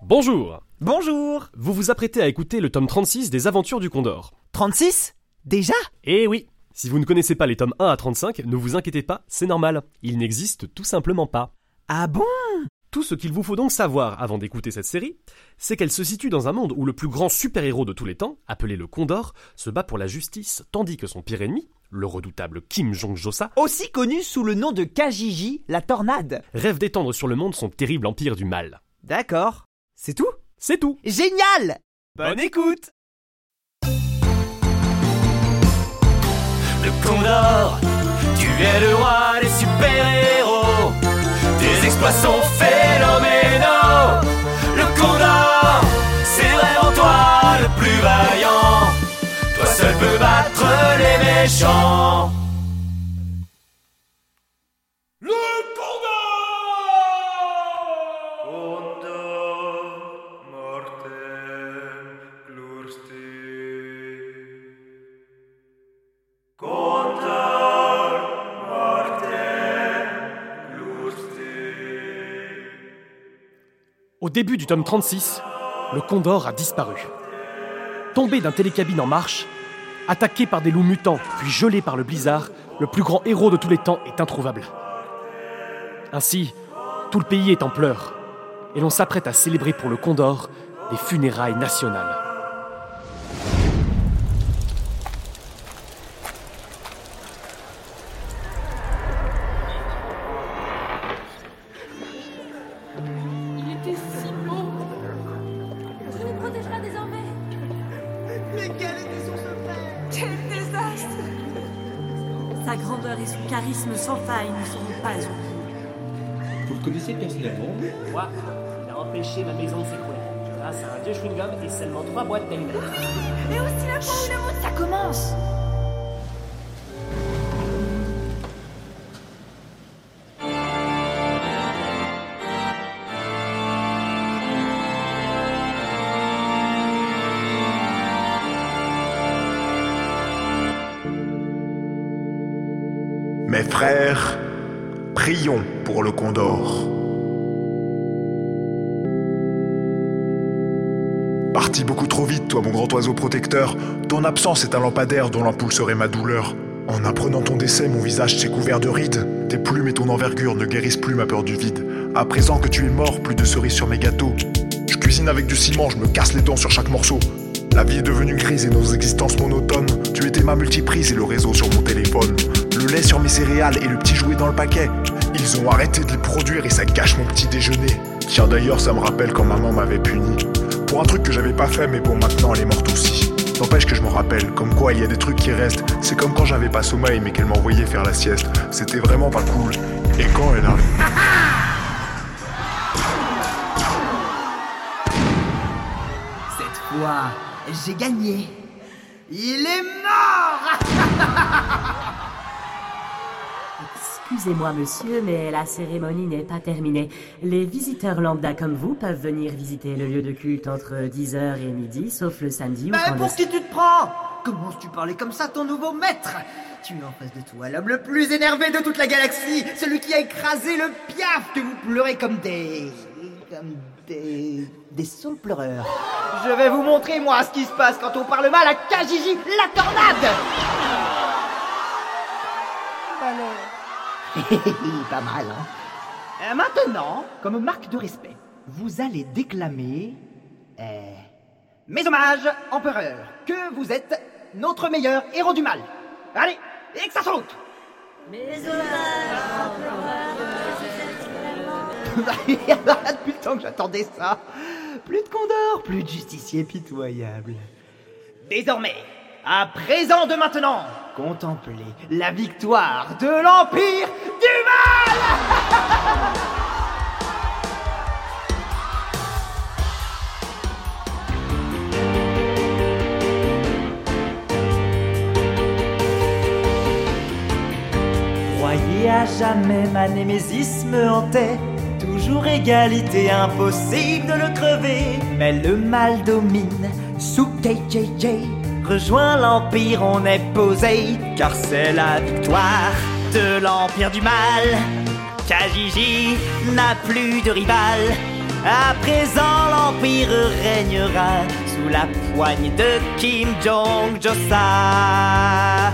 Bonjour. Bonjour. Vous vous apprêtez à écouter le tome 36 des Aventures du Condor. 36 ? Déjà ? Eh oui, si vous ne connaissez pas les tomes 1 à 35, ne vous inquiétez pas, c'est normal. Ils n'existent tout simplement pas. Ah bon ? Tout ce qu'il vous faut donc savoir avant d'écouter cette série, c'est qu'elle se situe dans un monde où le plus grand super-héros de tous les temps, appelé le Condor, se bat pour la justice, tandis que son pire ennemi, le redoutable Kim Jong-josa, Aussi connu sous le nom de Kajiji, la tornade. rêve d'étendre sur le monde son terrible empire du mal. D'accord. C'est tout ? C'est tout. Génial ! Bonne écoute. Le Condor, tu es le roi des super-héros. Tes exploits sont phénoménaux. Le Condor, c'est vraiment toi le plus vaillant. Toi seul peux battre les méchants. Le Condor! Condor mortem glursti. Condor mortem glursti. Au début du tome 36, le Condor a disparu. Tombé d'un télécabine en marche, attaqué par des loups mutants, puis gelé par le blizzard, le plus grand héros de tous les temps est introuvable. Ainsi, tout le pays est en pleurs, et l'on s'apprête à célébrer pour le Condor des funérailles nationales. Il était si beau. Je le protégerai désormais. Mais quel était son secret ? Quel désastre. Sa grandeur et son charisme sans faille ne seront pas oubliés. Vous le connaissez personnellement? Moi, il a empêché ma maison de s'écrouler. Grâce à un vieux chewing-gum et seulement 3 boîtes d'allumettes. Et aussi la fois où le monde ça commence. Mes frères, prions pour le Condor. Parti beaucoup trop vite, toi mon grand oiseau protecteur, ton absence est un lampadaire dont l'ampoule serait ma douleur. En apprenant ton décès, mon visage s'est couvert de rides. Tes plumes et ton envergure ne guérissent plus ma peur du vide. À présent que tu es mort, plus de cerises sur mes gâteaux. Je cuisine avec du ciment, je me casse les dents sur chaque morceau. La vie est devenue grise et nos existences monotones. Tu étais ma multiprise et le réseau sur mon téléphone. Le lait sur mes céréales et le petit jouet dans le paquet. Ils ont arrêté de les produire et ça gâche mon petit déjeuner. Tiens d'ailleurs ça me rappelle quand maman m'avait puni pour un truc que j'avais pas fait mais bon maintenant elle est morte aussi. N'empêche que je m'en rappelle, comme quoi il y a des trucs qui restent. C'est comme quand j'avais pas sommeil mais qu'elle m'envoyait faire la sieste. C'était vraiment pas cool. Et quand elle arrive... Cette fois, j'ai gagné. Il est mort. Excusez-moi, monsieur, mais la cérémonie n'est pas terminée. Les visiteurs lambda comme vous peuvent venir visiter le lieu de culte entre 10h et midi, sauf le samedi ou Mais quand pour qui tu te prends ? Comment tu parler comme ça, ton nouveau maître ? Tu es en face de toi l'homme le plus énervé de toute la galaxie, celui qui a écrasé le piaf que vous pleurez comme des saules pleureurs. Je vais vous montrer, moi, ce qui se passe quand on parle mal à Kajiji, la tornade. Pas mal, hein. Maintenant, comme marque de respect, vous allez déclamer... mes hommages, empereur, que vous êtes notre meilleur héros du mal. Allez, et que ça saute. Depuis le temps que j'attendais ça. Plus de Condor, plus de justicier pitoyable. Désormais, à présent de maintenant, contemplez la victoire de l'Empire du Mal. Croyez à jamais ma némésis me hantait. Toujours égalité, impossible de le crever. Mais le mal domine sous KJJ. Rejoins l'Empire, on est posé, car c'est la victoire de l'Empire du Mal. Kajiji n'a plus de rival. À présent, l'Empire régnera sous la poigne de Kim Jong-josa.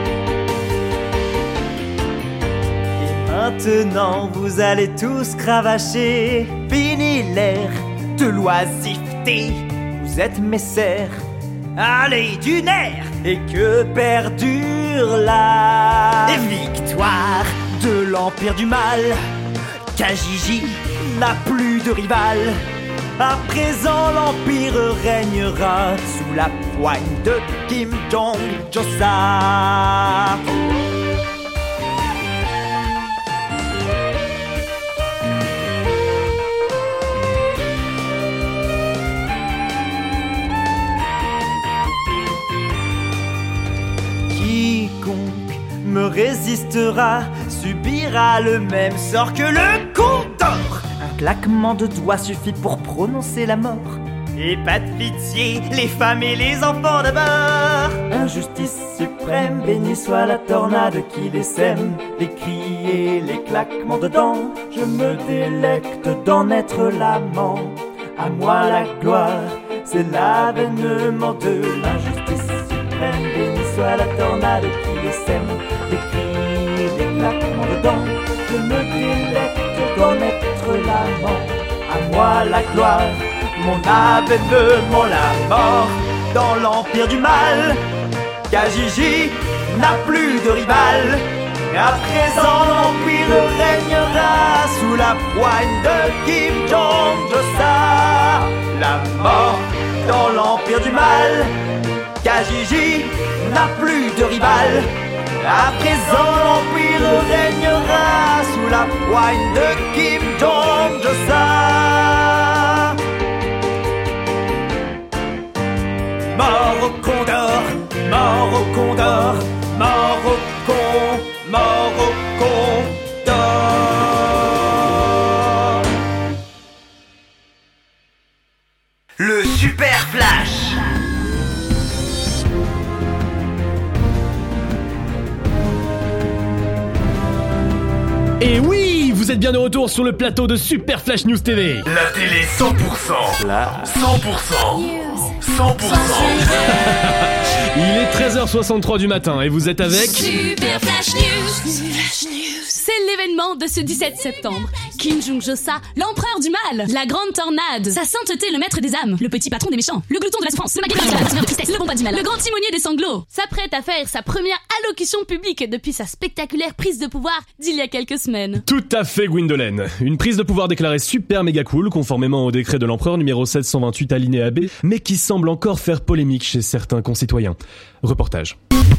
Et maintenant, vous allez tous cravacher. Fini l'ère de l'oisiveté. Vous êtes mes serfs. Allez, du nerf! Et que perdure la victoire de l'Empire du Mal. Kajiji n'a plus de rival. À présent, l'Empire régnera sous la poigne de Kim Jong-josa. Me résistera, subira le même sort que le Condor. Un claquement de doigts suffit pour prononcer la mort. Et pas de pitié, les femmes et les enfants d'abord. Injustice suprême, béni soit la tornade qui les sème. Les cris et les claquements de dents, je me délecte d'en être l'amant. À moi la gloire, c'est l'avènement de l'injustice suprême. Béni soit la tornade qui les sème. Les cris, les claquements de dents, je me délecte d'en être l'amant. À moi la gloire, mon avènement, la mort dans l'Empire du Mal. Kajiji n'a plus de rival. À présent, l'Empire régnera sous la poigne de Kim Jong-josa. La mort dans l'Empire du Mal. Kajiji n'a plus de rival. À présent, l'Empire régnera sous la poigne de Kim Jong-josa. Mort au Condor, mort au Condor, mort au Condor. Le Super Flash. Et oui, vous êtes bien de retour sur le plateau de Super Flash News TV. La télé 100%. La 100%. 100%. Il est 13h63 du matin et vous êtes avec Super Flash News. C'est l'événement de ce 17 septembre. Kim Jong-josa, l'empereur du mal, la grande tornade, sa sainteté, le maître des âmes, le petit patron des méchants, le glouton de la souffrance, le maguette du mal, le de tristesse, le bomba du mal, le grand timonier des sanglots, s'apprête à faire sa première allocution publique depuis sa spectaculaire prise de pouvoir d'il y a quelques semaines. Tout à fait, Gwyndolene. Une prise de pouvoir déclarée super méga cool, conformément au décret de l'empereur numéro 728 alinéa B, mais qui semble encore faire polémique chez certains concitoyens. Reportage.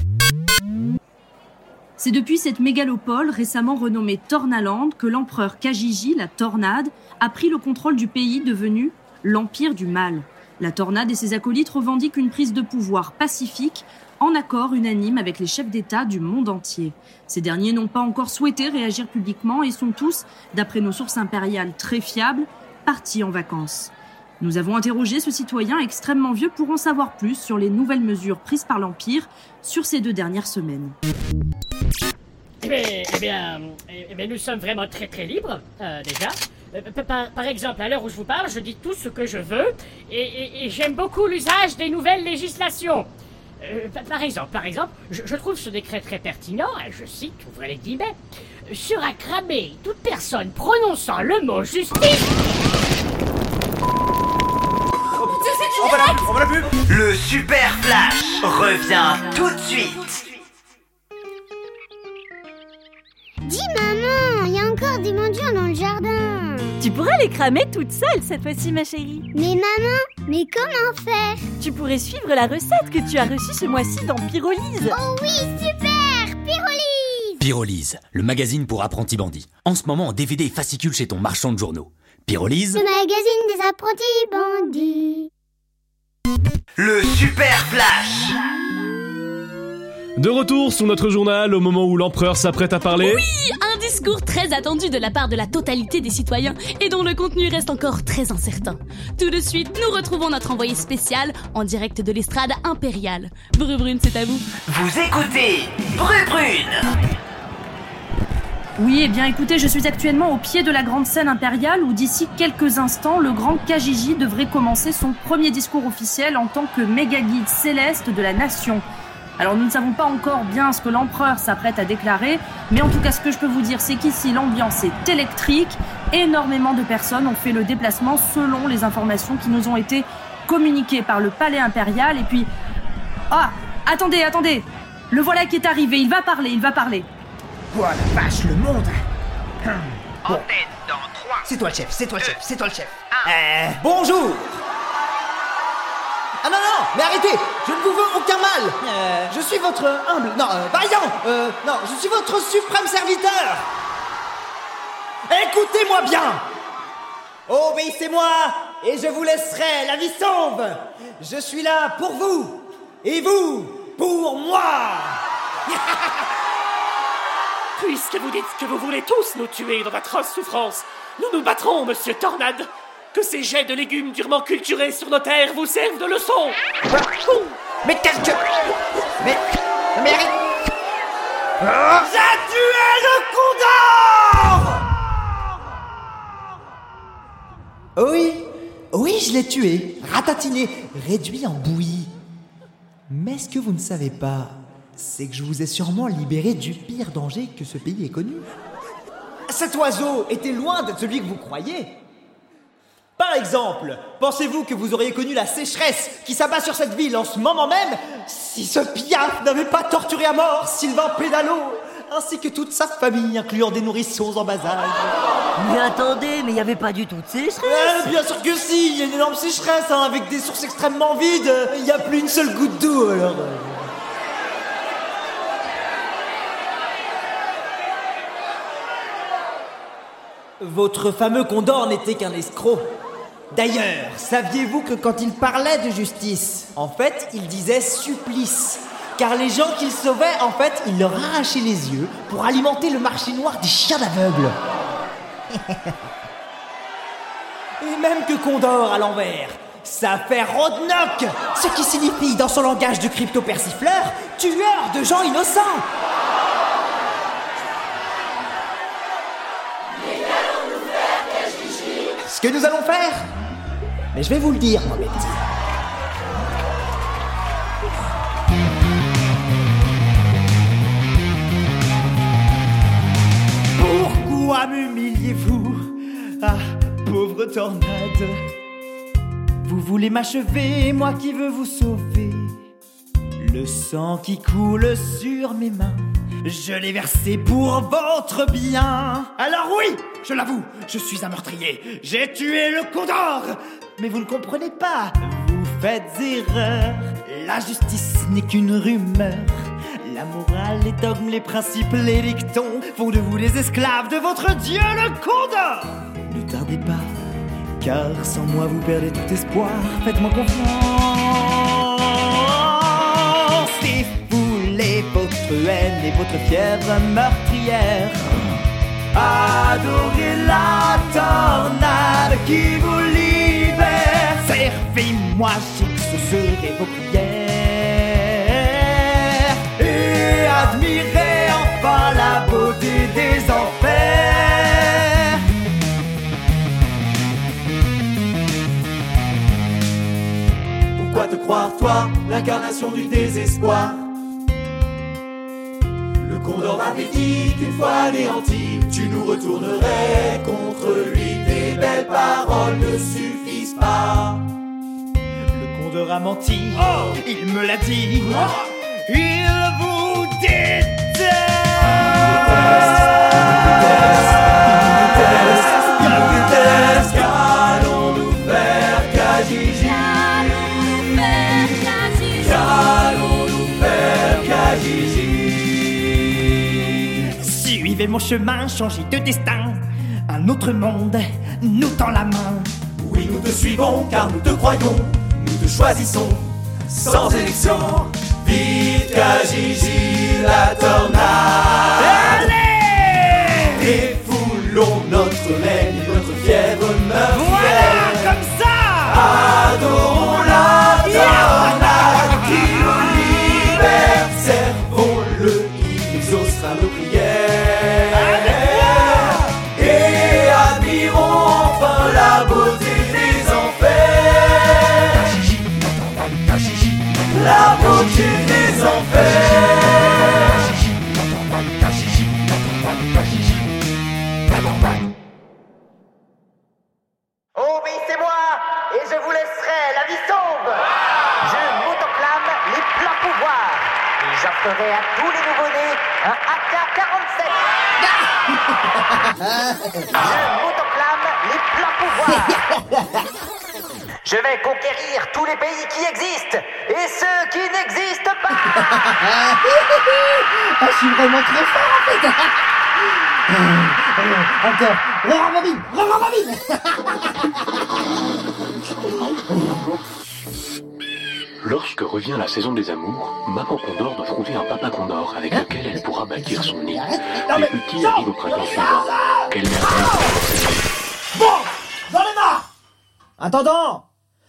C'est depuis cette mégalopole récemment renommée Tornaland que l'empereur Kajiji, la tornade, a pris le contrôle du pays devenu l'Empire du Mal. La tornade et ses acolytes revendiquent une prise de pouvoir pacifique, en accord unanime avec les chefs d'État du monde entier. Ces derniers n'ont pas encore souhaité réagir publiquement et sont tous, d'après nos sources impériales très fiables, partis en vacances. Nous avons interrogé ce citoyen extrêmement vieux pour en savoir plus sur les nouvelles mesures prises par l'Empire sur ces 2 dernières semaines. Eh bien, nous sommes vraiment très très libres, déjà. Par exemple, à l'heure où je vous parle, je dis tout ce que je veux et j'aime beaucoup l'usage des nouvelles législations. Par exemple, je trouve ce décret très pertinent, je cite, ouvrez les guillemets, sera cramé toute personne prononçant le mot justice. On va la pub. Le Super Flash revient tout de suite. Dis maman, il y a encore des mendiants dans le jardin. Tu pourrais les cramer toute seule cette fois-ci, ma chérie. Mais maman, mais comment faire? Tu pourrais suivre la recette que tu as reçue ce mois-ci dans Pyrolise. Oh oui, super, Pyrolise. Pyrolise, le magazine pour apprentis bandits. En ce moment en DVD et fascicule chez ton marchand de journaux. Pyrolise, le magazine des apprentis bandits. Le Super Flash. De retour sur notre journal au moment où l'empereur s'apprête à parler. Oui, un discours très attendu de la part de la totalité des citoyens et dont le contenu reste encore très incertain. Tout de suite, nous retrouvons notre envoyé spécial en direct de l'estrade impériale. Brubrune, c'est à vous. Vous écoutez Brubrune. Oui, eh bien écoutez, je suis actuellement au pied de la grande scène impériale où d'ici quelques instants, le grand Kajiji devrait commencer son premier discours officiel en tant que méga-guide céleste de la nation. Alors nous ne savons pas encore bien ce que l'empereur s'apprête à déclarer, mais en tout cas ce que je peux vous dire, c'est qu'ici l'ambiance est électrique. Énormément de personnes ont fait le déplacement selon les informations qui nous ont été communiquées par le palais impérial. Et puis... Ah, attendez, le voilà qui est arrivé, il va parler. Oh la vache, le monde. Bon. C'est toi le chef. Bonjour. Ah non, mais arrêtez, je ne vous veux aucun mal. Je suis votre humble... Non, je suis votre suprême serviteur. Écoutez-moi bien. Obéissez-moi et je vous laisserai la vie sauve. Je suis là pour vous et vous pour moi. Puisque vous dites que vous voulez tous nous tuer dans d'atroces souffrances, nous nous battrons, monsieur Tornade. Que ces jets de légumes durement culturés sur nos terres vous servent de leçon. Mais qu'est-ce que... Mais arrête. J'ai tué le condor. Oui, je l'ai tué, ratatiné, réduit en bouillie. Mais ce que vous ne savez pas, c'est que je vous ai sûrement libéré du pire danger que ce pays ait connu. Cet oiseau était loin d'être celui que vous croyez. Par exemple, pensez-vous que vous auriez connu la sécheresse qui s'abat sur cette ville en ce moment même si ce piaf n'avait pas torturé à mort Sylvain Pédalo, ainsi que toute sa famille, incluant des nourrissons en bas âge? Mais attendez, mais il n'y avait pas du tout de sécheresse. Bien sûr que si, il y a une énorme sécheresse, avec des sources extrêmement vides. Il n'y a plus une seule goutte d'eau, alors... Votre fameux Condor n'était qu'un escroc. D'ailleurs, saviez-vous que quand il parlait de justice, en fait, il disait supplice? Car les gens qu'il sauvait, en fait, il leur arrachait les yeux pour alimenter le marché noir des chiens d'aveugles. Et même que Condor à l'envers, ça fait Rodnock, ce qui signifie dans son langage de crypto-persifleur, tueur de gens innocents. Ce que nous allons faire, mais je vais vous le dire, mon petit. Pourquoi m'humiliez-vous? Ah, pauvre tornade. Vous voulez m'achever, moi qui veux vous sauver. Le sang qui coule sur mes mains, je l'ai versé pour votre bien. Alors oui, je l'avoue, je suis un meurtrier. J'ai tué le Condor. Mais vous ne comprenez pas, vous faites erreur. La justice n'est qu'une rumeur. La morale, les dogmes, les principes, les dictons font de vous les esclaves de votre dieu, le Condor. Ne tardez pas, car sans moi vous perdez tout espoir. Faites-moi confiance. Si vous voulez votre haine et votre fièvre meurtrière, adorez la tornade qui vous libère. Servez-moi, j'exaucerai vos prières et admirez enfin la beauté des enfers. Pourquoi te croire, toi, l'incarnation du désespoir? Le Condor m'avait dit qu'une fois anéanti, tu nous retournerais contre lui. Tes belles paroles ne suffisent pas. Le Condor a menti, il me l'a dit. Il vous déteste. Qu'allons-nous faire, Kajiji? Qu'allons-nous faire, Kajiji? Suivez mon chemin, changez de destin. Un autre monde nous tend la main. Oui, nous te suivons car nous te croyons. Nous te choisissons sans élection. Vite, Kajiji, la tornade. Allez! Défoulons notre règne et notre fièvre meurtrière. Voilà, comme ça! Adorons la tornade qui nous libère. Servons-le, il exaucera nos prières. Allez! tranquille des enfers. Obéissez-moi et je vous laisserai la vie sauve. Je m'autoclame les pleins pouvoirs et j'offrerai à tous les nouveau-nés un AK-47. Je m'autoclame les pleins pouvoirs. Je vais conquérir tous les pays qui existent et ceux qui n'existent pas. Ah, je suis vraiment trop fort en fait. Encore. Rembobine. Lorsque revient la saison des amours, Maman Condor doit trouver un papa Condor avec lequel elle pourra bâtir son nid. Les petits arrivent au printemps suivant. Quelle merveille! Bon, j'en ai marre. Attendant.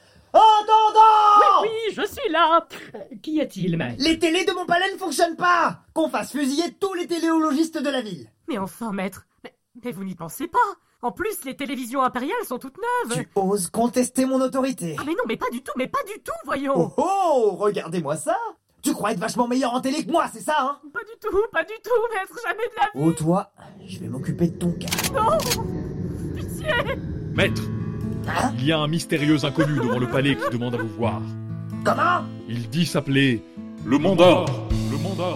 Oui, je suis là. Qu'y a-t-il, maître? Les télés de mon palais ne fonctionnent pas. Qu'on fasse fusiller tous les téléologistes de la ville. Mais enfin, maître, mais vous n'y pensez pas. En plus, les télévisions impériales sont toutes neuves. Tu oses contester mon autorité? Ah mais non, mais pas du tout, voyons. Oh, regardez-moi ça. Tu crois être vachement meilleur en télé que moi, c'est ça, hein? Pas du tout, maître, jamais de la vie. Oh, toi, je vais m'occuper de ton cas. Non, pitié. Maître, il y a un mystérieux inconnu devant le palais qui demande à vous voir. Comment? Il dit s'appeler le Mondor. Le Mondor.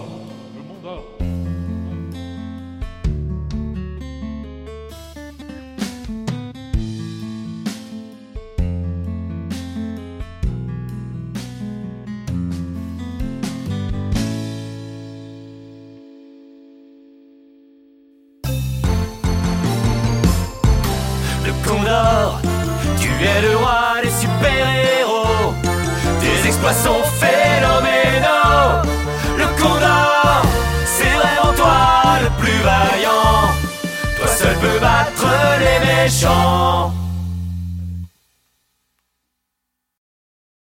Condor, tu es le roi des super-héros. Tes exploits sont phénoménaux. Le Condor, c'est vraiment toi le plus vaillant. Toi seul peux battre les méchants.